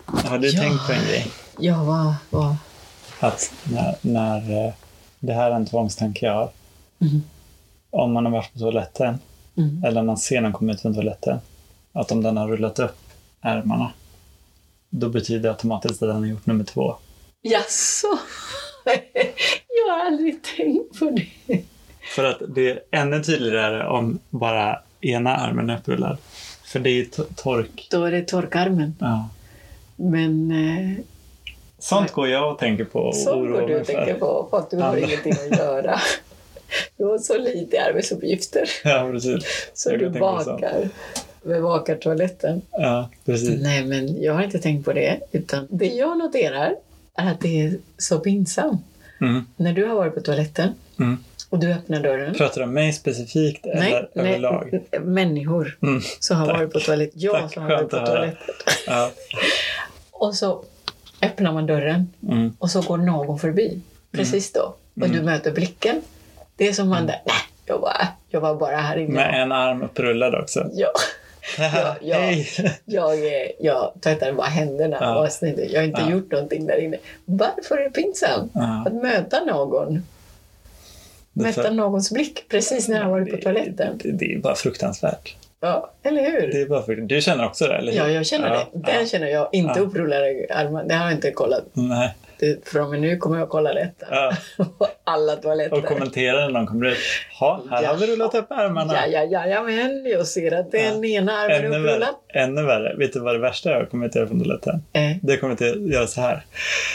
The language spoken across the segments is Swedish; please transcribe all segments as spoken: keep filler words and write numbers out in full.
Har du Ja. tänkt på en grej? Ja, vad? vad? Att när, när det här är en tvångstanke jag har. Mm. Om man har varit på toaletten Mm. eller man ser någon komma ut från toaletten, att om den har rullat upp ärmarna, då betyder det automatiskt att den har gjort nummer två. Jaså? Jag har aldrig tänkt på det. För att det är ännu tydligare om bara ena armen är upprullad. För det är ju to- tork. Då är det torkarmen. Ja. Men eh, Sånt går jag och tänker på och så går oroar du mig och tänker för. på, för att du har Andra. ingenting att göra. Du har så lite arbetsuppgifter. Ja, precis. Så Jag du kan tänka på sånt. bakar. Bevakar toaletten. Ja, precis. Nej, men jag har inte tänkt på det. Utan det jag noterar är att det är så pinsamt. Mm. När du har varit på toaletten Mm. och du öppnar dörren. Pratar du om mig specifikt Nej, eller nej, överlag? människor Mm. som har Tack. varit på toaletten. Jag Tack, som har varit skönt på att höra. toaletten. Ja. Och så öppnar man dörren Mm. och så går någon förbi. Precis då. Och du möter blicken. Det är som man där, nej, jag var, jag var bara här inne. Med en arm upprullad också. Ja, ja, ja. Hej! jag, är- jag tvättade bara händerna. Ja. Och var snäll. Jag har inte Ja. gjort någonting där inne. Varför är det pinsamt? Ja. Att möta någon. Därför- Möta någons blick precis när jag har varit på toaletten. Det, det är bara fruktansvärt. Ja, eller hur? Det är bara fruktansvärt. Du känner också det, eller hur? Ja, jag känner Ja, det. Den ja. känner jag. Inte Ja. upprullade armar. Det har jag inte kollat. Nej. Det, från och med nu kommer jag kolla detta. Ja. På alla toaletter. Och kommentera när någon kommer ut. Ha, här har vi rullat upp ärmarna. Ja, ja, ja, ja, men jag ser att den Ja. ena armen är Ännu värre, upprullad. ännu värre. Vet du vad det värsta jag kommer att göra från toaletten? Eh. Det kommer att göra så här.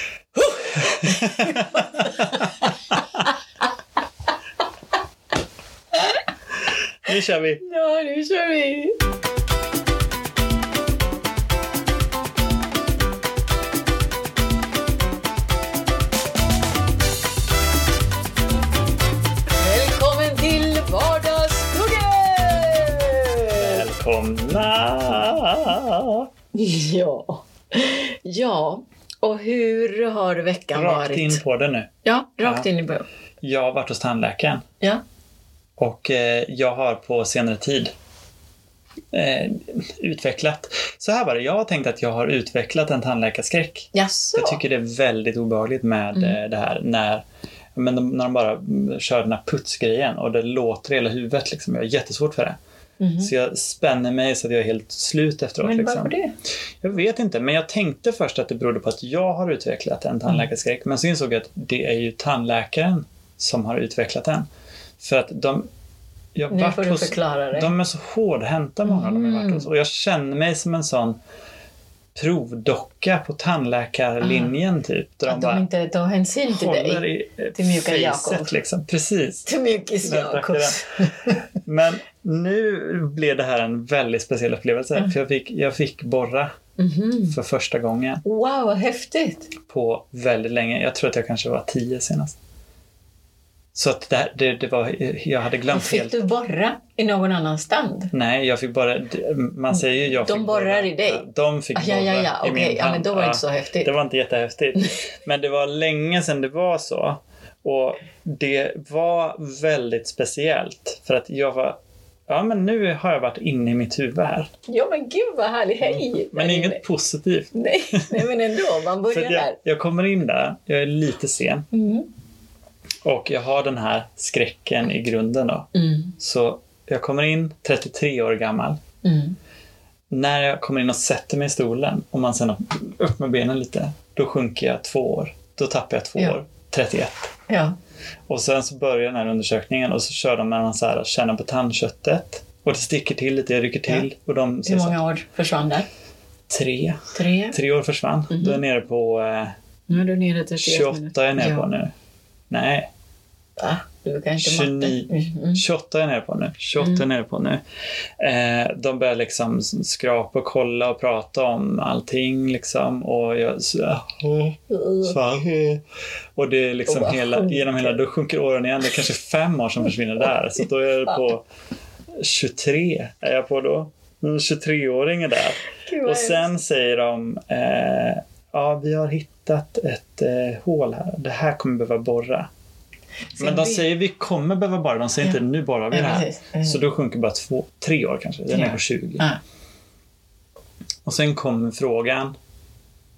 Nu kör vi. Ja, nu kör vi! Välkommen till Vardagskuggen! Välkomna! Ja. Ja, och hur har veckan Rakt varit? in på det nu. Ja, rakt Ja. in i början. Jag har varit hos tandläkaren. Ja. Och eh, jag har på senare tid eh, utvecklat. Så här var det. Jag har tänkt att jag har utvecklat en tandläkarskräck. Jaså? Jag tycker det är väldigt obehagligt med Mm. eh, det här. När, men de, när de bara mm, kör den här putsgrejen och det låter i hela huvudet. Liksom. Jag har jättesvårt för det. Mhm. Så jag spänner mig så att jag är helt slut efteråt. Men liksom. varför det? Jag vet inte, men jag tänkte först att det berodde på att jag har utvecklat en tandläkarskräck. Men så insåg jag att det är ju tandläkaren som har utvecklat den. För att de... Jag har Nu varit får du hos, förklara det. de är så hårdhänta, många av dem jag har varit hos. Och jag känner mig som en sån provdocka på tandläkarlinjen typ. Där Att de inte tar hänsyn till håller dig. i eh, till mjuka facet, Jakob. liksom. Precis. Till mjukis Nej, tack för Jakob. Men nu blev det här en väldigt speciell upplevelse. Mm. För jag fick, jag fick borra Mhm. för första gången Wow, vad häftigt. på väldigt länge. Jag tror att jag kanske var tio senast. Så att det, här- det, det var, jag hade glömt Fick helt. du borra i någon annan stand? Nej, jag fick bara, man säger ju jag De fick borrar borra. i dig? Ja, de fick Ah, borra ja, ja, ja. i min Okej, ja, men tand. då var det Ja, inte så häftigt. Det var inte jättehäftigt. Men det var länge sedan det var så. Och det var väldigt speciellt. För att jag var, ja men nu har jag varit inne i mitt huvud här. Ja, men gud vad härligt. Hej! Men Där inget inne. positivt. Nej, nej, men ändå. Man För börjar att jag, där. jag kommer in där, jag är lite sen. Mm. Och jag har den här skräcken i grunden då. Mm. Så jag kommer in trettiotre år gammal. Mm. När jag kommer in och sätter mig i stolen och man sen upp med benen lite, då sjunker jag två år. Då tappar jag två Ja. år. trettioett. Ja. Och sen så börjar den här undersökningen och så kör de med någon så här, känna på tandköttet. Och det sticker till lite, jag rycker till. Och de Hur säger så, många år försvann där? tre. Tre. Tre år försvann. Mhm. Då är jag nere på eh, Nu är du nere till tjugoåtta är jag nere ja. på nu. Nej, Va? Du kan inte tjugonio. matte. Mm. tjugoåtta är jag nere på nu. tjugoåtta är jag nere på nu. Eh, de börjar liksom skrapa och kolla och prata om allting liksom. Och jag så, så, och det är liksom Och vad hela, sjunker. genom hela, då sjunker åren igen. Det är kanske fem år som försvinner där. Så då är jag på tjugotre är jag på då. En tjugotre-åring är där. Gud, vad Och sen säger de eh, ja, vi har hittat ett eh, hål här. Det här kommer behöva borra. Sen Men de vi- säger vi kommer behöva borra. De säger Ja. inte nu borrar vi Ja, det här. precis. Mm. Så då sjunker bara två, tre år kanske. Den är Ja. på tjugo. Ja. Och sen kommer frågan.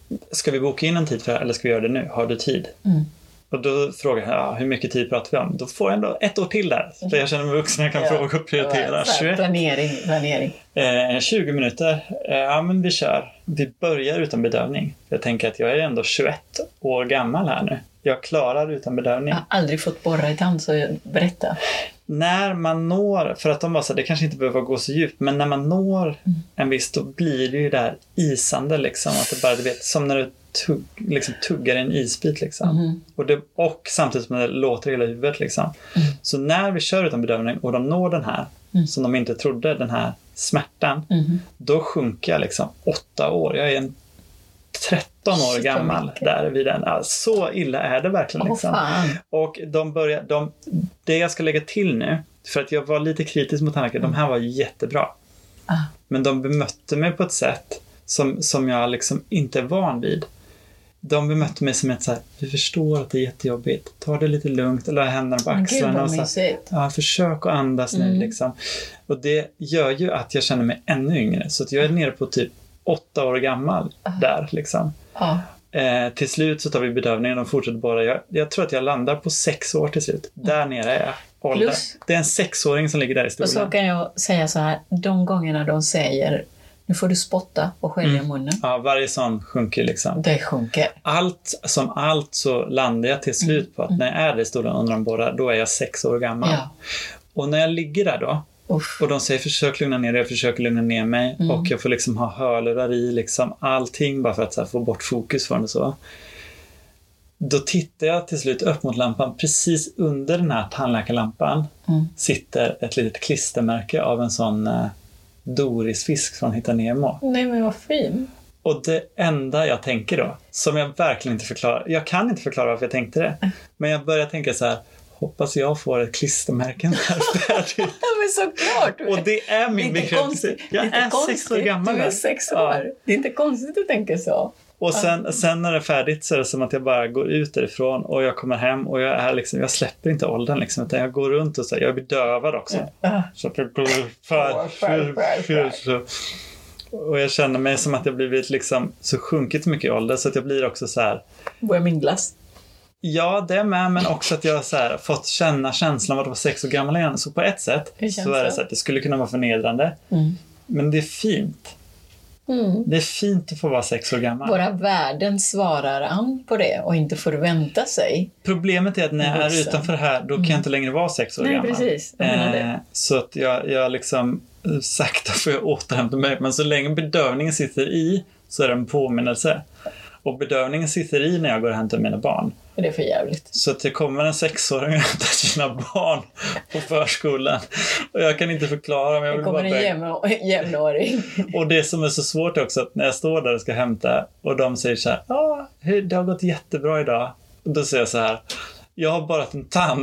ska vi boka in en tid för det här eller ska vi göra det nu? Har du tid? Mm. Och då frågar jag, ja, hur mycket tid pratar vi om? Då får jag ändå ett år till där. För jag känner mig vuxen, jag kan ja. fråga och prioritera. Ja, planering, planering. Eh, tjugo minuter. Eh, ja, men vi kör. Vi börjar utan bedövning. Jag tänker att jag är ändå tjugoett år gammal här nu. Jag klarar utan bedövning. Jag har aldrig fått borra i tand, så berätta. När man når, för att de bara så, det kanske inte behöver gå så djupt, men när man når mm. en viss, då blir det ju där isande liksom. Att det bara, du vet, som när du tugg, liksom, tuggar en isbit liksom. Mm. Och, det, och samtidigt som det låter i hela huvudet liksom. Mm. Så när vi kör utan bedövning och de når den här, mm. som de inte trodde, den här smärtan, mm. då sjunker jag liksom åtta år. Jag är en tretton år så gammal mycket. Där vid den. Ja, så illa är det verkligen liksom. Oh, och de börjar, de, det jag ska lägga till nu, för att jag var lite kritisk mot tanken, mm. de här var jättebra. Ah. Men de bemötte mig på ett sätt som, som jag liksom inte är van vid. De bemötte mig som ett så här, vi förstår att det är jättejobbigt. Ta det lite lugnt, eller händerna på axlarna. Och så här, ja, försök att andas mm. nu liksom. Och det gör ju att jag känner mig ännu yngre. Så att jag är nere på typ åtta år gammal uh. där liksom. Uh. Eh, till slut så tar vi bedövningen och fortsätter bara. Jag, jag tror att jag landar på sex år till slut. Mm. Där nere är jag. Plus, det är en sexåring som ligger där i stolen. Och så kan jag säga så här, de gångerna de säger, nu får du spotta och skölja mm. munnen. Ja, varje sån sjunker liksom. Det sjunker. Allt som allt så landar jag till slut mm. på att när jag är där i stolen under de båda, då är jag sex år gammal. Ja. Och när jag ligger där då, Uff. och de säger försök lugna ner dig, jag försöker lugna ner mig. Mm. Och jag får liksom ha hörlurar i liksom allting bara för att så här, få bort fokus från det så. Då tittar jag till slut upp mot lampan. Precis under den här tandläkarlampan mm. sitter ett litet klistermärke av en sån eh, Dorisfisk från Hitta Nemo. Nej, men vad fin. Och det enda jag tänker då, som jag verkligen inte förklarar, jag kan inte förklara varför jag tänkte det, men jag börjar tänka så här, hoppas jag får ett klistermärken där färdigt. Ja, men såklart. Och det är min bekräftelse. Jag är, är sex år gammal. Du är sex år. Ja. Det är inte konstigt att tänka så. Och sen, sen när det är färdigt så är det som att jag bara går ut därifrån och jag kommer hem och jag är liksom, jag släpper inte åldern liksom, utan jag går runt och så här, jag blir dövad också. Uh. Så att jag går för, för, för, för, och jag känner mig som att jag blivit liksom så sjunkit mycket i ålder så att jag blir också så här. Börjar minglas. Ja, det är med, men också att jag har så här, fått känna känslan av att vara sex år gammal igen. Så på ett sätt så är det så att det skulle kunna vara förnedrande. Mm. Men det är fint. Mm. Det är fint att få vara sex år gammal. Våra värden svarar an på det och inte förvänta sig. Problemet är att när jag är utanför här, då kan jag inte längre vara sex år Nej, gammal. Precis. Jag menar det. Eh, så att jag, jag liksom sakta får jag återhämta mig. Men så länge bedövningen sitter i så är det en påminnelse. Och bedövningen sitter i när jag går och hämtar mina barn. Det är för jävligt. Så att det kommer en sexåring och hämtar sina barn på förskolan. Och jag kan inte förklara. Men jag vill det kommer bara en jämnåring. Och det som är så svårt också, att när jag står där och ska hämta och de säger så här, ja, det har gått jättebra idag. Och då säger jag så här, jag har bara en tand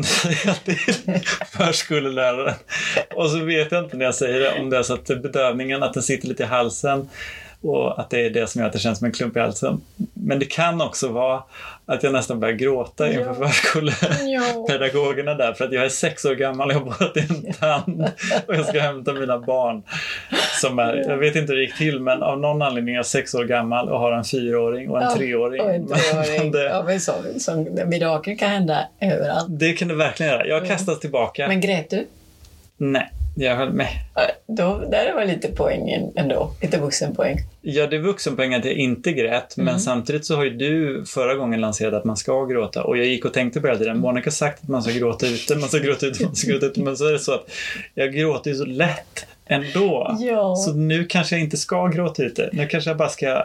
till förskoleläraren. Och så vet jag inte när jag säger det, om det är så att bedövningen, att den sitter lite i halsen. Och att det är det som gör att det känns som en klump i halsen. Men det kan också vara att jag nästan börjar gråta inför ja. förskolepedagogerna där. För att jag är sex år gammal och jag har bara en tand. Och jag ska hämta mina barn. Som är, jag vet inte hur det gick till, men av någon anledning är jag sex år gammal och har en fyraåring och en ja, treåring. Och en treåring. det, ja, men så, så, mirakel kan hända överallt. Det kan det verkligen göra. Jag kastas tillbaka. Men grät du? Nej. Jag höll med. Då, där var lite poängen ändå. Lite vuxenpoäng. Ja, det är vuxenpoäng att jag inte grät. Mm. Men samtidigt så har ju du förra gången lanserat att man ska gråta. Och jag gick och tänkte på det tiden. Monica har sagt att man ska gråta ute. Man ska gråta ute, man ska gråta ute. Men så är det så att jag gråter ju så lätt ändå. Ja. Så nu kanske jag inte ska gråta ute. Nu kanske jag bara ska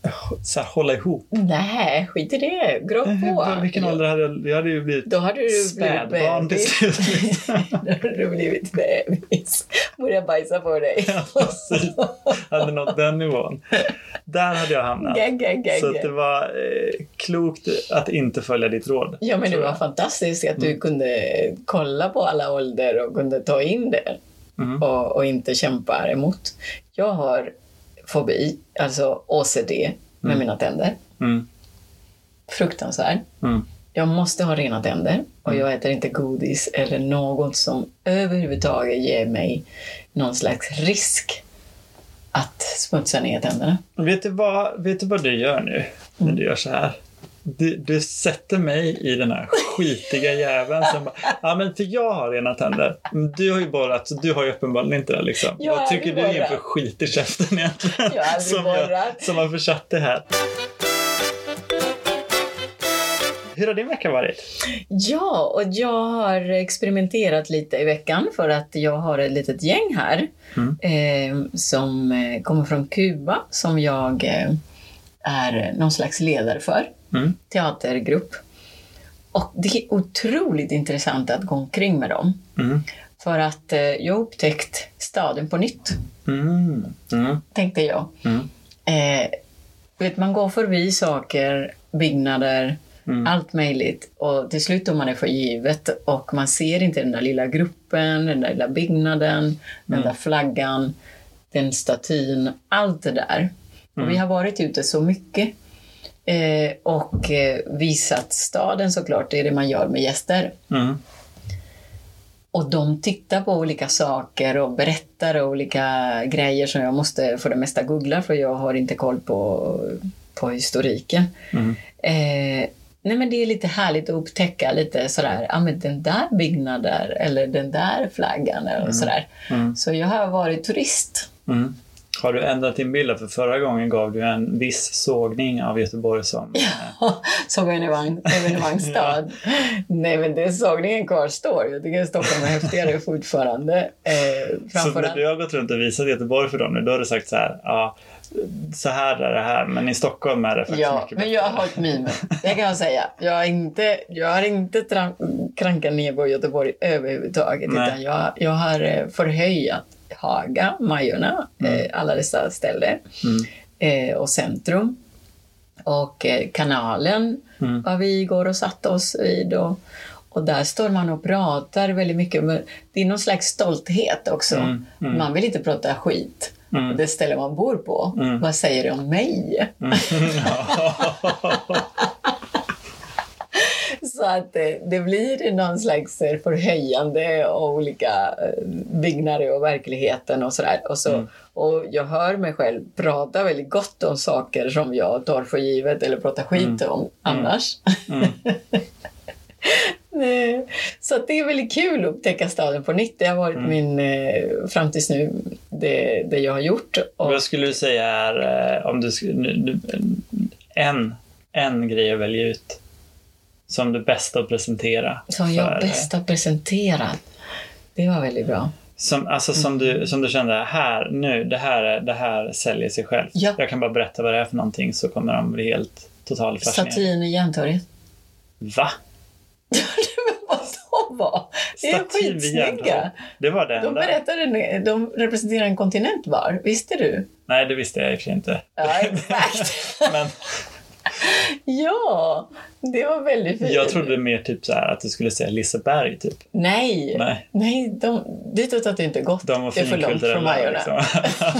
så här, hålla ihop. Nej, skit i det. Gråt på. Vilken ålder hade jag? Jag hade ju blivit Då hade du spädbarn blivit bebis. Då hade du blivit bebis. Börja bajsa på dig. Ja, precis. Hade nått den nivån. Där hade jag hamnat. Gag, gag, gag. Så att det var eh, klokt att inte följa ditt råd. Ja, men det var fantastiskt att mm. du kunde kolla på alla ålder och kunde ta in det. Mm. Och, och inte kämpa emot. Jag har fobi, alltså O C D med mm. mina tänder. Mm. Fruktansvärd. Mm. Jag måste ha rena tänder och jag äter inte godis eller något som överhuvudtaget ger mig någon slags risk att smutsa ner tänderna. Vet du vad, vet du vad du gör nu när mm. du gör så här? Du, du sätter mig i den här skitiga jäveln som bara, ja men för jag har rena tänder. Du har ju borrat, så du har ju uppenbarligen inte det liksom. Jag vad tycker du borrat. inför skit i käften egentligen? Jag har som, jag, som har försatt det här. Hur har din vecka varit? Ja, och jag har experimenterat lite i veckan för att jag har ett litet gäng här mm. eh, som kommer från Kuba som jag eh, är någon slags ledare för. Mm. Teatergrupp. Och det är otroligt intressant att gå omkring med dem. Mm. För att eh, jag upptäckt staden på nytt. Mm. Mm. Tänkte jag. Mm. Eh, vet, man går förbi saker, byggnader, mm. allt möjligt. Och till slut tar man det för givet. Och man ser inte den där lilla gruppen, den där lilla byggnaden, mm. den där flaggan, den statyn, allt det där. Mm. Och vi har varit ute så mycket. Eh, och eh, visat staden såklart, det är det man gör med gäster. Mm. Och de tittar på olika saker och berättar olika grejer som jag måste för det mesta googla för jag har inte koll på, på historiken. Mm. Eh, nej men det är lite härligt att upptäcka lite sådär, ja men den där byggnaden eller den där flaggan eller mm. sådär. Mm. Så jag har varit turist. Mm. Har du ändrat din bild? För förra gången gav du en viss sågning av Göteborg som... Ja, som evenemangstad. Ja. Nej, men den sågningen kvarstår. Jag tycker att Stockholm är häftigare fortfarande. Eh, så när du har gått runt och visat Göteborg för dem nu, då har du sagt så här, ja, så här är det här, men i Stockholm är det faktiskt ja, mycket bättre. Men jag har hållit mimen. Det kan jag säga. Jag har inte, jag har inte tra- krankat ner på Göteborg överhuvudtaget, Nej. utan jag, jag har förhöjat Haga, Majorna, mm. eh, alla dessa ställen mm. eh, och centrum och eh, kanalen mm. var vi går och satt oss vid och, och där står man och pratar väldigt mycket, men det är någon slags stolthet också. Mm. Mm. Man vill inte prata skit. Mm. Det ställe man bor på. Mm. Vad säger det om mig? Mm. Så att det, det blir någon slags förhöjande av olika byggnader och verkligheten och sådär. Och, så, mm. och jag hör mig själv prata väldigt gott om saker som jag tar för givet eller pratar skit mm. om annars. Mm. Mm. Så att det är väldigt kul att upptäcka staden på nytt. Det har varit mm. min, fram tills nu, det, det jag har gjort. Och vad skulle du säga är, om du, en, en grej att välja ut som du bäst att presentera? Som jag bäst att presentera. Det var väldigt bra. Som, alltså som, mm. du, som du kände här nu, det här, det här säljer sig själv. Ja. Jag kan bara berätta vad det är för någonting så kommer de bli helt totalt fascinerade. Statyn i Järntorget. Va? Vad de var? Det är skitsnygga. Det var det enda. De berättade, de representerar en kontinent var. Visste du? Nej, det visste jag i och för sig inte. Ja, exakt. Men... Ja, det var väldigt fint. Jag trodde mer typ så här att du skulle säga Liseberg typ. Nej, nej, nej de, det tror att det inte gått. De var det är för långt från Majorna. Liksom.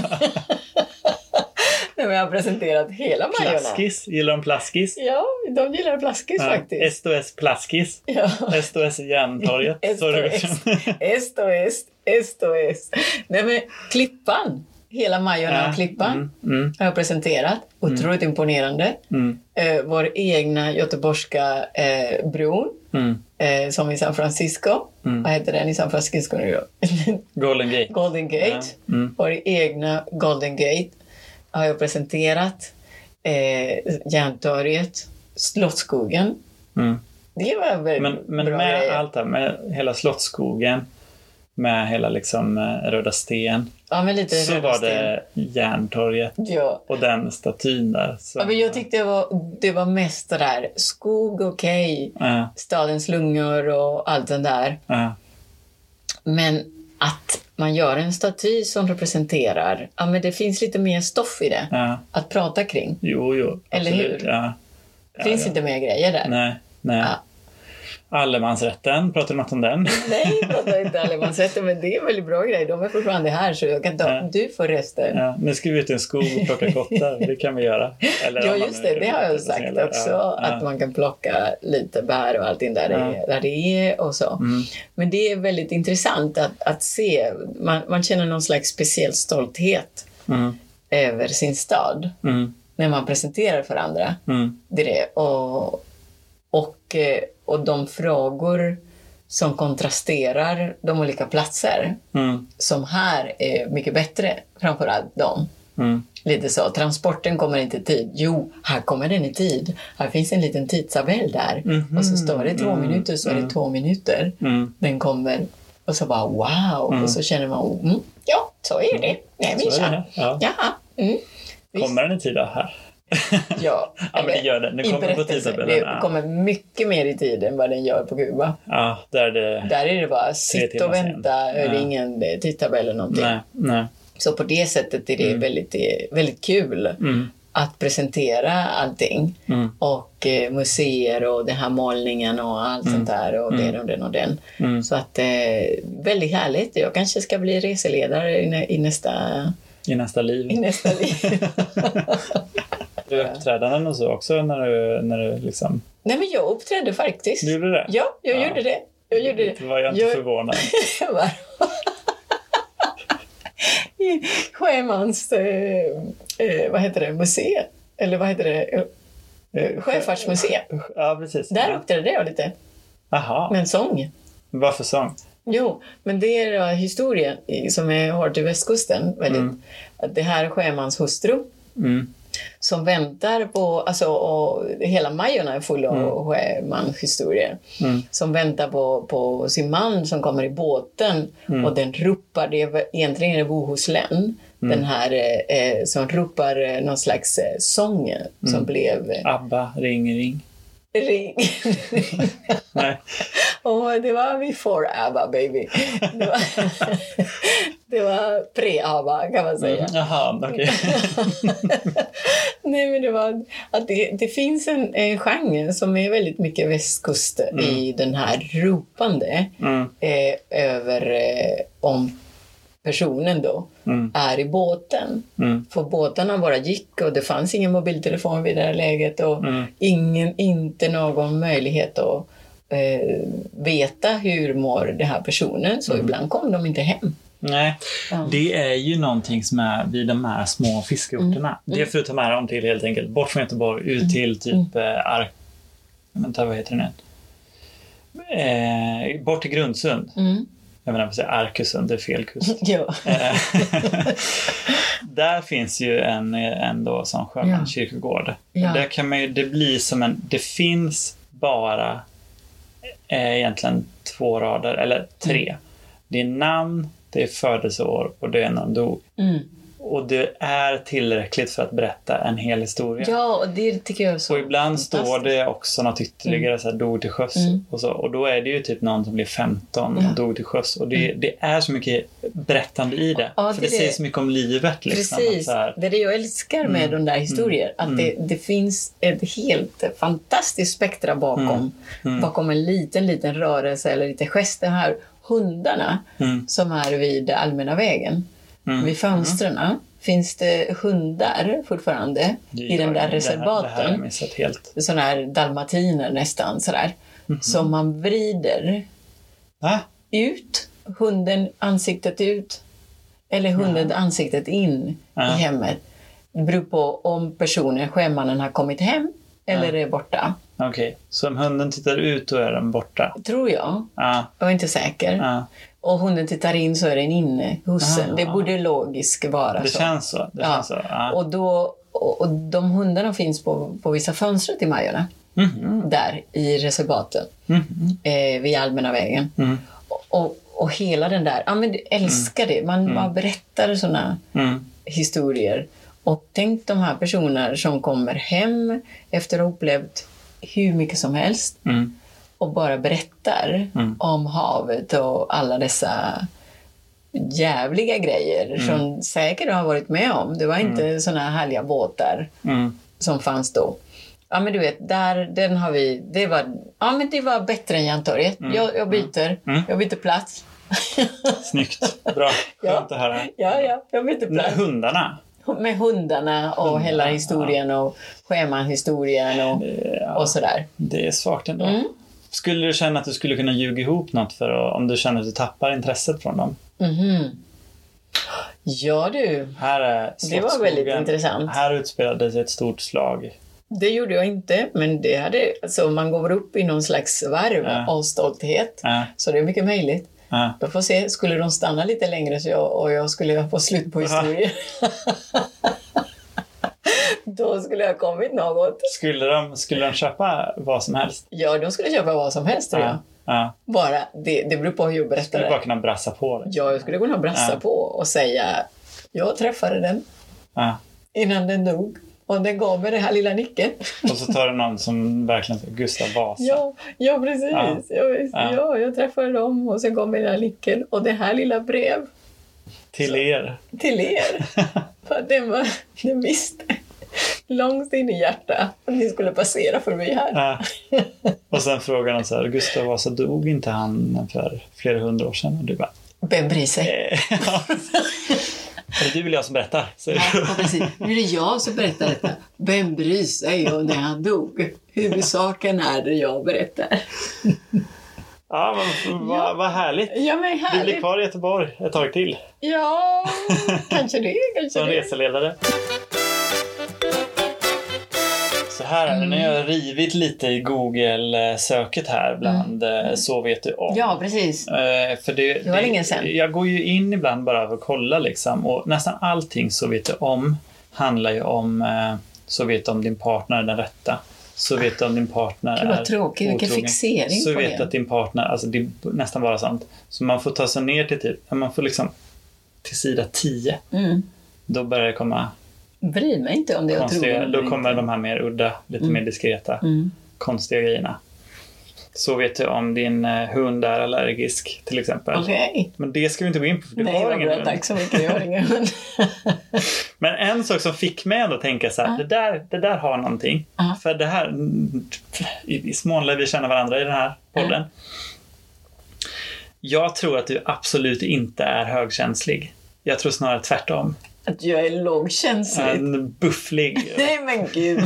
Nej, men jag har presenterat hela Majorna. Plaskis, gillar de plaskis? Ja, de gillar plaskis ja, faktiskt. S O S plaskis. Ja. S O S Järntorget. S O S, S O S, S O S. Nej men Klippan. Hela Majorna och Klippan mm, mm. har jag presenterat. Otroligt mm. imponerande. Mm. Eh, vår egna göteborgska eh, bron mm. eh, som i San Francisco. Mm. Vad heter den i San Francisco nu då? Golden Gate. Golden Gate. Ja. Mm. Vår egna Golden Gate har jag presenterat. Eh, Järntorget. Slottsskogen. Mm. Det var väldigt men, men bra med grejer. allt här, med hela Slottsskogen, med hela liksom Röda sten. Ja, men lite så var det Järntorget ja. Och den statyn där. Så. Ja, men jag tyckte det var, det var mest där skog, okej, okay, uh. stadens lungor och allt den där. Uh. Men att man gör en staty som representerar, ja men det finns lite mer stoff i det uh. att prata kring. Jo, jo. Eller absolut. hur? Ja. Ja, finns ja. inte mer grejer där. Nej, nej. Ja. Allemansrätten, pratar du något om den? Nej, jag pratar inte allemansrätten, men det är en väldigt bra grej. De är fortfarande här så jag kan ta, ja. du får resten. Ja, nu ska vi ut i en skog och plocka kottar, det kan vi göra. Eller ja, just det, det har jag sagt också, ja. att ja. man kan plocka lite bär och allting där, ja. det, där det är och så. Mm. Men det är väldigt intressant att, att se, man, man känner någon slags speciell stolthet mm. över sin stad. Mm. När man presenterar för andra. Mm. Det är det. Och, och, och de frågor som kontrasterar de olika platser. Mm. Som här är mycket bättre. Framförallt de. Mm. Lite så, transporten kommer inte i tid. Jo, här kommer den i tid. Här finns en liten tidtabell där. Mm. Och så står det två mm. minuter så är det två minuter. Mm. Den kommer och så bara wow. Mm. Och så känner man, mm, ja, så är det. Nej, så är det. Ja. Ja. Mm. Kommer den i tid här? Ja, ja, men det gör den. Den kommer på tidtabellen. Det kommer mycket mer i tid än vad den gör på Kuba. Ja, där är det... Där är det bara sitt och vänta. Ja. Det är ingen tidtabell eller någonting. Nej, nej. Så på det sättet är det mm. väldigt, väldigt kul mm. att presentera allting. Mm. Och eh, museer och den här målningen och allt mm. sånt där. Och mm. den och den och den. Mm. Så att eh, väldigt härligt. Jag kanske ska bli reseledare i, nä, i nästa... I nästa liv. I nästa liv. Du uppträdanden och så också när du, när du liksom... Nej, men jag uppträdde faktiskt. Du gjorde det? Ja, jag ja. gjorde det. Jag gjorde det. Det var jag inte jag... förvånad. I Sjömans eh, eh, vad heter det, museet eller vad heter det, eh, Sjöfartsmuseet. Ja, precis. Där ja. uppträdde jag lite. Aha. Med en sång. Vad för sång? Jo, men det är uh, historien som är hårt till västkusten väldigt. Mm. Det här är Sjömans hustru. Mm. Som väntar på, alltså och hela Majorna är full av mm. sjömanshistorier. Mm. Som väntar på, på sin man som kommer i båten mm. och den ropar, det är egentligen är Bohuslän. Mm. Den här eh, som ropar eh, någon slags eh, sång mm. som blev... Eh, Abba, ring, ring. Ring. Nej. Och det var before ABBA, baby. Det var, det var pre-ABBA, kan man säga. Mm. Jaha, okej. Okay. Nej, men det var att det, det finns en, en genre som är väldigt mycket västkust mm. i den här ropande mm. eh, över eh, om personen då mm. är i båten. Mm. För båtarna bara gick och det fanns ingen mobiltelefon vid det här läget och mm. ingen, inte någon möjlighet att eh, veta hur mår den här personen. Så mm. ibland kom de inte hem. Nej, ja. Det är ju någonting som är vid de här små fiskeorterna. Mm. Det är för att ta med dem till helt enkelt bort från Göteborg ut till typ mm. eh, Ark... Vänta, vad heter det nu? Eh, bort till Grundsund. Mm. Jag menar, säga Arkusund, det är fel kust. Ja. Där finns ju en, en då som Sjömans kyrkogård. Ja. Där kan man ju, det blir som en, det finns bara eh, egentligen två rader, eller tre. Mm. Det är namn, det är födelseår och det är när de dog. Mm. Och det är tillräckligt för att berätta en hel historia. Ja, och det tycker jag är så. Och ibland står det också något ytterligare mm. så här, dog till sjöss mm. och så. Och då är det ju typ någon som blir femton och ja. dog till sjöss. Och det, mm. det är så mycket berättande i det. Ja, det för det, det säger så mycket om livet. Liksom, precis, så här. det är det jag älskar med mm. de där historier. Att mm. det, det finns ett helt fantastiskt spektra bakom. Mm. Mm. Bakom en liten, liten rörelse eller lite gester här. Hundarna mm. som är vid allmänna vägen. Mm. Vid fönstren mm. finns det hundar fortfarande det i den där reservaten. Det här, det här missat helt. Sådana här dalmatiner nästan sådär. Mm. Som man vrider ah? ut. Hunden ansiktet ut. Eller hunden ja. ansiktet in ja. i hemmet. Det beror på om personen, sjömannen, har kommit hem eller ja. är borta. Okej, okay. Så om hunden tittar ut då är den borta? Tror jag. Ja. Jag är inte säker. Ja. Och hunden tittar in så är den inne hos en. Det borde logiskt vara det så. Känns så. Det ja. känns så. Ja. Och, då, och, och de hundarna finns på, på vissa fönster i Majorna. Mm-hmm. Där i reservaten. Mm-hmm. Eh, vid allmänna vägen. Mm. Och, och, och hela den där. Ja, men jag älskar mm. det. Man, mm. man berättar sådana mm. historier. Och tänk de här personer som kommer hem efter att ha upplevt hur mycket som helst. Mm. Och bara berättar mm. om havet och alla dessa jävliga grejer mm. som säkert har varit med om. Det var inte mm. såna härliga båtar mm. som fanns då. Ja, men du vet, där, den har vi, det var, ja, men det var bättre än Jantorget. Mm. Jag, jag byter, mm. jag byter plats. Snyggt, bra, skönt det här. Ja, ja, jag byter plats. Med hundarna? Med hundarna och hundarna, hela historien ja. och sjömanhistorien och, ja, och sådär. Det är svagt ändå. Mm. Skulle du känna att du skulle kunna ljuga ihop något för att, om du känner att du tappar intresset från dem? Mm-hmm. Ja du, Här är det var väldigt intressant. Här utspelades ett stort slag. Det gjorde jag inte, men det hade, alltså man går upp i någon slags varv Ja. av stolthet. Ja. Så det är mycket möjligt. Ja. Då får se, skulle de stanna lite längre så jag, och jag skulle få slut på historien. Då skulle jag kommit något. Skulle de, skulle de köpa vad som helst? Ja, de skulle köpa vad som helst tror jag. Ja. Ja. Bara, det, det beror på hur jag berättar Skulle det. bara kunna brassa på det. Ja, jag skulle kunna brassa Ja. på och säga jag träffade den Ja. innan den dog. Och den gav mig det här lilla nicken. Och så tar det någon som verkligen Gustav Vasa. Ja, ja precis. Ja. Ja. visst. Ja. Ja, jag träffade dem och sen gav mig den här nicken. Och det här lilla brev Till er. till er. För att den, var, den visste långt in i hjärtat att ni skulle passera förbi här. Ja. Och sen frågar de så här, Gustav Vasa, dog inte han för flera hundra år sedan? Och du bara, Vem bryr sig? eh, ja. Är det du eller jag som berättar? Så, Ja, precis. Nu är det jag som berättar detta. Vem bryr sig om när han dog? Huvudsaken är det jag berättar. ja, men vad vad härligt. Ja, men Du härligt. blir kvar i Göteborg ett tag till. Ja, kanske det. Kanske Som det. reseledare. Så här är det, när jag har rivit lite i Google-söket här bland mm. Så vet du om. Ja, precis. Eh, för det, Det var länge sedan. Jag går ju in ibland bara för att kolla liksom, och nästan allting Så vet du om handlar ju om eh, Så vet du om din partner är den rätta. Så vet du om din partner Gud, vad är tråkigt. Vilken otrogen. fixering Så på vet du det. att din partner, alltså det är nästan bara sånt. Så man får ta sig ner till typ, man får liksom till sida tio. Mm. Då börjar det komma Bryr mig inte om det är konstiga, otrogen då eller kommer inte. de här mer udda, lite Mm. mer diskreta, Mm. konstiga grejerna. Så vet du om din eh, hund är allergisk till exempel. Okej. Men det ska vi inte gå in på, för du Nej, har vad ingen bra. hund. Tack så mycket. Jag har ingen hund. Men en sak som fick mig ändå att tänka så här, Ah. det, där, det där har någonting. Ah. För det här, i, i smån lär vi känna varandra i den här podden. Ah. Jag tror att du absolut inte är högkänslig. Jag tror snarare tvärtom. Att jag är lågkänslig. En bufflig. Nej, men gud.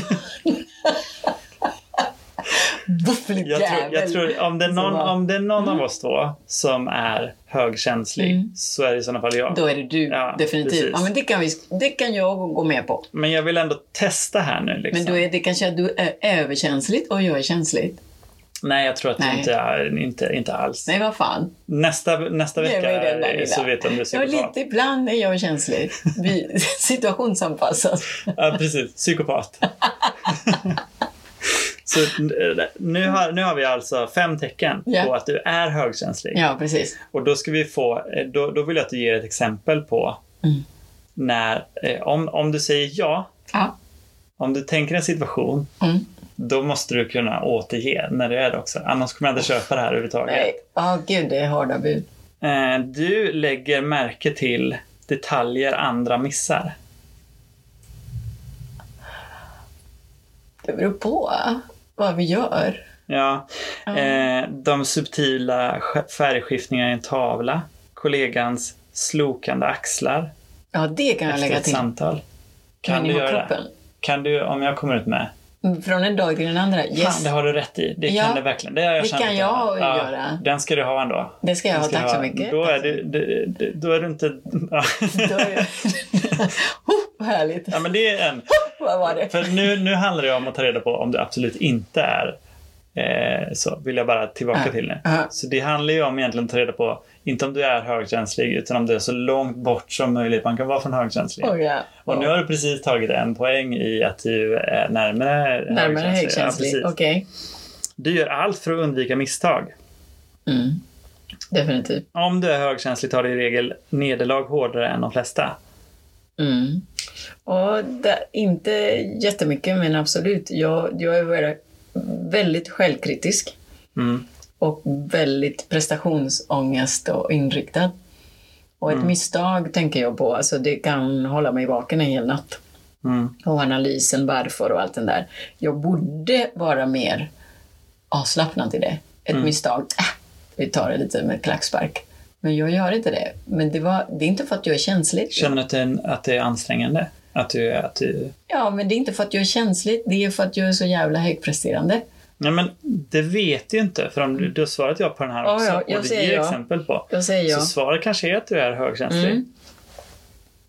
Bufflig Jag tror, jävel. jag tror om det är någon, Så bara- om det är någon Mm. av oss två som är högkänslig, Mm. så är det i sådana fall jag. Då är det du, Ja, definitivt. precis. Ja, men det kan, vi, det kan jag gå med på. Men jag vill ändå testa här nu. Liksom. Men då är det kanske att du är överkänsligt och jag är känsligt. Nej, jag tror att Nej. det inte är inte, inte alls. Nej, vad fan. Nästa, nästa Ge vecka mig den där är- lilla. så vet du om du är Ja, psykopat. lite ibland är jag känslig. Vi, situationsanpassat. Ja, precis. Psykopat. Så eh, nu har, nu har vi alltså fem tecken Ja. på att du är högkänslig. Ja, precis. Och då ska vi få, eh, då, då vill jag att du ger ett exempel på Mm. när, eh, om, om du säger ja, Ja. om du tänker en situation, Mm. då måste du kunna återge när det är det också. Annars kommer jag inte köpa det här överhuvudtaget. Nej, ja gud, det är hårda bud. Eh, du lägger märke till detaljer andra missar. Det beror på vad vi gör. Ja, Ja. eh, de subtila sk- färgskiftningarna i en tavla, kollegans slokande axlar Ja, det kan jag efter lägga ett till. samtal. Kan Men du i göra det? kroppen. Kan du, om jag kommer ut med? Från en dag till den andra. Yes. Fan, det har du rätt i. Det Ja, kan det verkligen. Det har jag det känt kan att jag ja, göra. Den ska du ha ändå. Det ska jag Den ha, tack så mycket. Då är du, du, du, då är du inte... Ja. Då är jag... oh, vad härligt. Ja, men det är en... Vad var det? För nu, nu handlar det om att ta reda på om du absolut inte är eh, så. Vill jag bara tillbaka Ja. till nu. Ja. Så det handlar ju om egentligen att ta reda på, inte om du är högkänslig, utan om du är så långt bort som möjligt man kan vara från högkänslig. Oh, ja. Och nu har du precis tagit en poäng i att du är närmare, Närmare högkänslig. högkänslig. Ja, precis. Okej. Du gör allt för att undvika misstag. Mm. Definitivt. Om du är högkänslig tar du i regel nederlag hårdare än de flesta. Mm. Och det, inte jättemycket, men absolut. Jag, jag är väldigt, väldigt självkritisk. Mm. Och väldigt prestationsångest och inriktad. Och ett Mm. misstag tänker jag på. Alltså det kan hålla mig vaken en hel natt. Mm. Och analysen varför och allt den där. Jag borde vara mer avslappnad i det. Ett Mm. misstag. Äh, vi tar det lite med klackspark. Men jag gör inte det. Men det, var, det är inte för att jag är känslig. Känner du att det är, att det är ansträngande? Att du, att du... Ja, men det är inte för att jag är känslig. Det är för att jag är så jävla högpresterande. Nej, men det vet du inte. För om du, du har svarat ja på den här Mm. Ja, också. ja, jag och det säger ger ja. exempel på. Jag säger ja. Så svaret kanske är att du är högkänslig. Mm.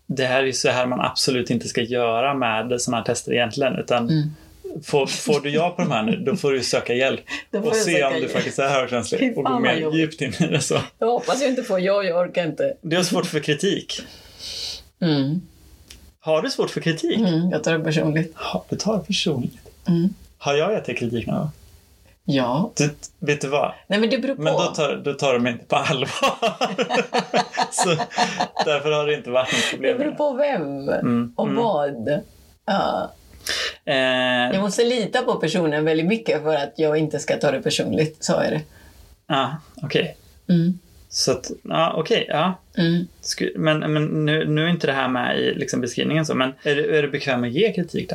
det här är ju så här man absolut inte ska göra med sådana här tester egentligen, utan mm. får, får du ja på de här nu, då får du söka hjälp och se om du hjälp. faktiskt är högkänslig och gå mer djupt in i det. Så. Jag hoppas jag inte får ja, jag orkar inte. Det är svårt för kritik. Mm. Har du svårt för kritik? Mm, jag tar det personligt. Ja, du tar det personligt. Mm. Har jag gett dig kritik någon gång? Ja. Du, vet du vad? Nej, men det beror på. Men då tar, då tar de inte på allvar. Så därför har det inte varit något problem. Det beror på vem mm. och mm. vad. Ja. Eh. Jag måste lita på personen väldigt mycket för att jag inte ska ta det personligt. Så är det. Ja, okej. Okay. Mm. Så att, ja, okej, okay, ja. Mm. Men, men nu, nu är inte det här med i liksom beskrivningen så, men är du, är du bekväm med att ge kritik då?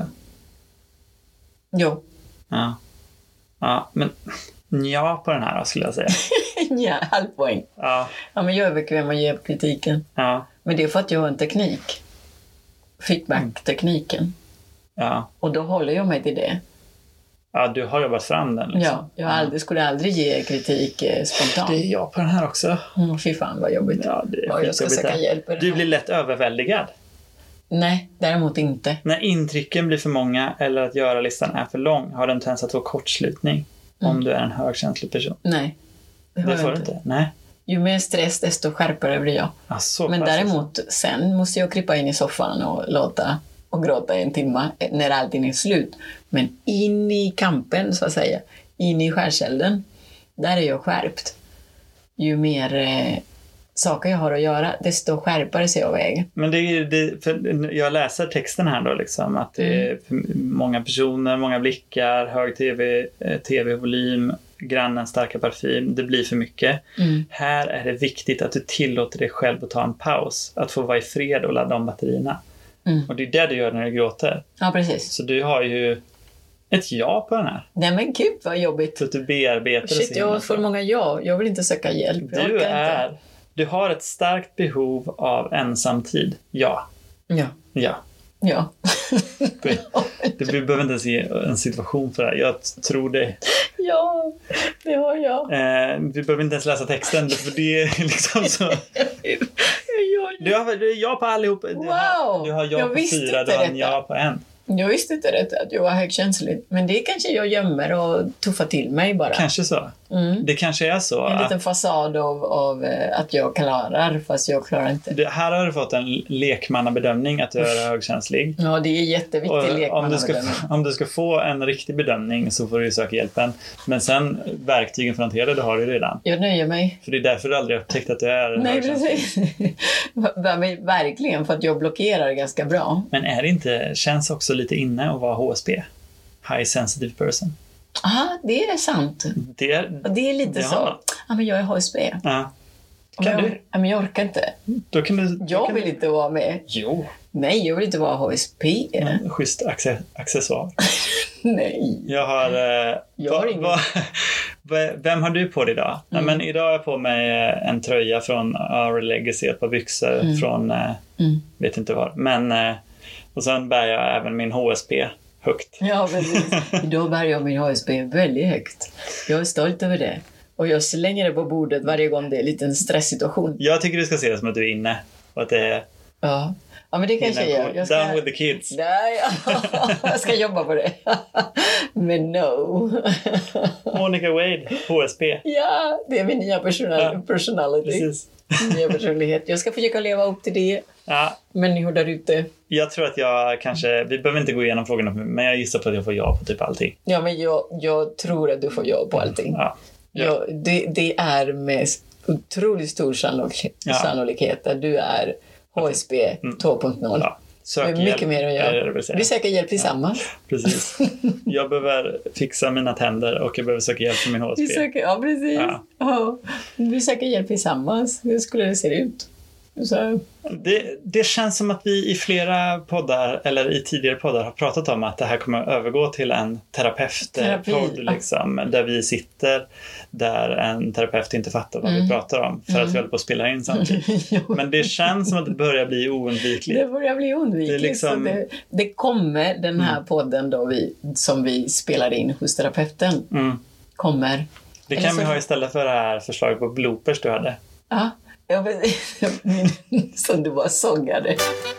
Jo. Ja. Ja, men ja på den här då, skulle jag säga. Ja, halvpoäng. Ja. Ja, men jag är bekväm med att ge kritiken. Ja. Men det är för att jag har en teknik. Feedback-tekniken. Ja. Och då håller jag mig till det. Ja, du har jobbat fram den. Liksom. Ja, jag aldrig, skulle aldrig ge kritik eh, spontant. Det är jag på den här också. Mm, fy fan vad jobbigt. Ja, det är ja, jag ska söka hjälp. Du blir lätt överväldigad. Nej, däremot inte. När intrycken blir för många eller att göra-listan är för lång har den tendens att få kortslutning mm. om du är en högkänslig person. Nej, det, det får du inte. Nej. Ju mer stress desto skärpare blir jag. Ja, så men pass. Däremot sen måste jag krypa in i soffan och låta och gråta en timme när allting är slut. Men in i kampen så att säga, in i skärselden, där är jag skärpt. Ju mer eh, saker jag har att göra, desto skärpare ser jag vägen. Men det är det, för jag läser texten här då liksom, att det är många personer, många blickar, hög tv, tv-volym, grannens starka parfym, det blir för mycket. Mm. Här är det viktigt att du tillåter dig själv att ta en paus, att få vara i fred och ladda om batterierna. Mm. Och det är det du gör när du gråter. Ja, precis. Så du har ju ett ja på den här. Nej men gud vad jobbigt. Så att du bearbetar. Shit, jag får många ja. Jag vill inte söka hjälp. Jag du är... Inte. Du har ett starkt behov av ensamtid. Ja. Ja. Ja. Ja. Du behöver inte se en situation för det här. Jag tror det. Ja, det har jag. Eh, du behöver inte ens läsa texten. För det är liksom så. Du har, du är ja på allihop. Du wow. har, du har ja jag på fyra. Du har en ja på en. Jag visste inte rätt att jag var högkänslig. Men det kanske jag gömmer och tuffar till mig bara. Kanske så. Mm. Det kanske är så. En liten fasad av, av att jag klarar, fast jag klarar inte. Det, här har du fått en lekmannabedömning att du är högkänslig. Ja, det är jätteviktig lekmannabedömning. Om du, ska, om du ska få en riktig bedömning så får du söka hjälpen. Men sen verktygen för att hantera det, det har du redan. Jag nöjer mig. För det är därför du aldrig upptäckt att du är Nej, precis. Verkligen, för att jag blockerar ganska bra. Men är det inte, känns också lite inne att vara H S P? High sensitive person. Ja, det är sant. Det är, det är lite det så. Ja, men jag är H S P. Ja. Kan jag, du? Ja, men jag orkar inte. Då kan du, då jag kan vill du... inte vara med. Jo. Nej, jag vill inte vara H S P. Men, schysst accessoar. Nej. Jag har... Eh, jag har va, ingen... va, vem har du på dig idag? Mm. Nej, men idag har jag på mig en tröja från Our Legacy, ett par byxor mm. från... Eh, mm. vet inte var. Men... Eh, och sen bär jag även min H S P högt. Ja, precis. Idag bär jag min H S P väldigt högt. Jag är stolt över det. Och jag slänger det på bordet varje gång det är en liten stresssituation. Jag tycker du ska se det som att du är inne. Och att det är... Ja. Ja, men det kanske jag gör. Jag ska... Down with the kids. Nej, jag ska jobba på det. Men no. Monica Wade, H S P. Ja, det är min nya personal... ja, personality. Precis. Nya personlighet. Jag ska försöka leva upp till det. Ja. Människor där ute. Jag tror att jag kanske... Vi behöver inte gå igenom frågorna, men jag gissar på att jag får ja på typ allting. Ja, men jag, jag tror att du får ja på allting. Ja. Ja. Ja, det, det är med otroligt stor sannolikhet, ja. sannolikhet att du är H S P mm. två punkt noll. Ja. Sök mycket hjälp, mer att göra. Vi söker hjälp tillsammans. Ja, precis. Jag behöver fixa mina tänder och jag behöver söka hjälp för min H S P. Vi söker, ja, precis. Ja. Ja. Vi söker hjälp tillsammans. Hur skulle det se ut? Så. Det, det känns som att vi i flera poddar eller i tidigare poddar har pratat om att det här kommer att övergå till en terapeutpodd liksom, där vi sitter där en terapeut inte fattar vad mm. vi pratar om för mm. att vi håller på att spela in samtidigt. Men det känns som att det börjar bli oundvikligt. Det börjar bli oundvikligt. Det, liksom... det, det kommer den här mm. podden då vi, som vi spelar in hos terapeuten mm. kommer. Det kan så... vi ha istället för det här förslaget på bloopers du hade. Ja. Ja, men, som du bara sångade.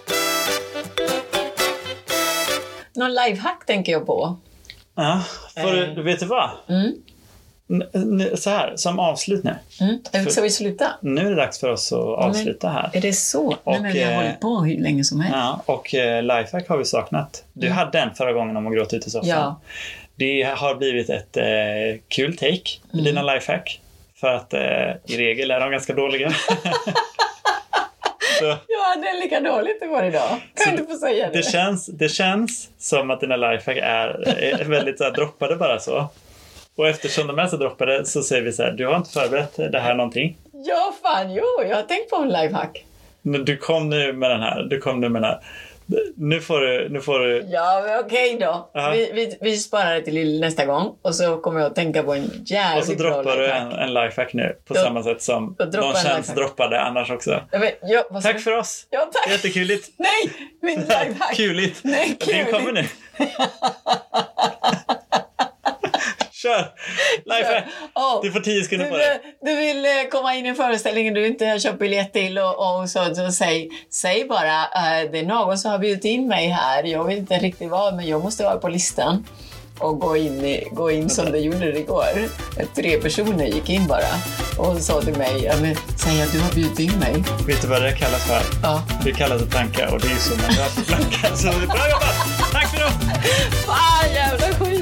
Någon lifehack tänker jag på. Ja, för du vet du vad? Mm. Så här, som avslut nu. Mm. Ska vi sluta? Nu är det dags för oss att avsluta här. Är det så? Och, Nej, men vi har eh, hållit på hur länge som helst. Ja, och eh, lifehack har vi saknat. Du mm. hade en förra gången om att gråta ut i soffan. Ja. Det har blivit ett eh, kul take med mm. dina lifehack. För att eh, i regel är de ganska dåliga. Så. Jag hade en lika dåligt det var idag. Kan inte få säga det. Det känns, det känns som att dina lifehack är, är väldigt så här, droppade bara så. Och eftersom de är så droppade så säger vi så här, du har inte förberett det här någonting. Ja, fan, jo, jag har tänkt på en lifehack. Men du kom nu med den här, du kom nu med den här. Nu får du, nu får du... Ja, men okej då. Vi, vi, vi sparar det till nästa gång. Och så kommer jag att tänka på en jävligt Och så droppar du en, en lifehack nu. På då, samma sätt som de känns droppade annars också. Ja, men, ja, tack för oss. Ja, tack. Jättekul. Nej, min lifehack. Kuligt. Nej, kuligt. Den kommer nu. Kör! Lifehack! Oh, du får tio sekunder på det. Du vill komma in i föreställningen du inte har köpt biljett till och, och så, så säg, säg bara uh, det är någon som har bjudit in mig här. Jag vet inte riktigt vad, men jag måste vara på listan. Och gå in, i, gå in som det gjorde det igår. Tre personer gick in bara och sa till mig, ja, men, säg att du har bjudit in mig. Vet du vad det kallas för? Ja. Det kallas att planka och det är ju som man rör på planka. Så bra jobbat! Tack för det! Fan jävla skit!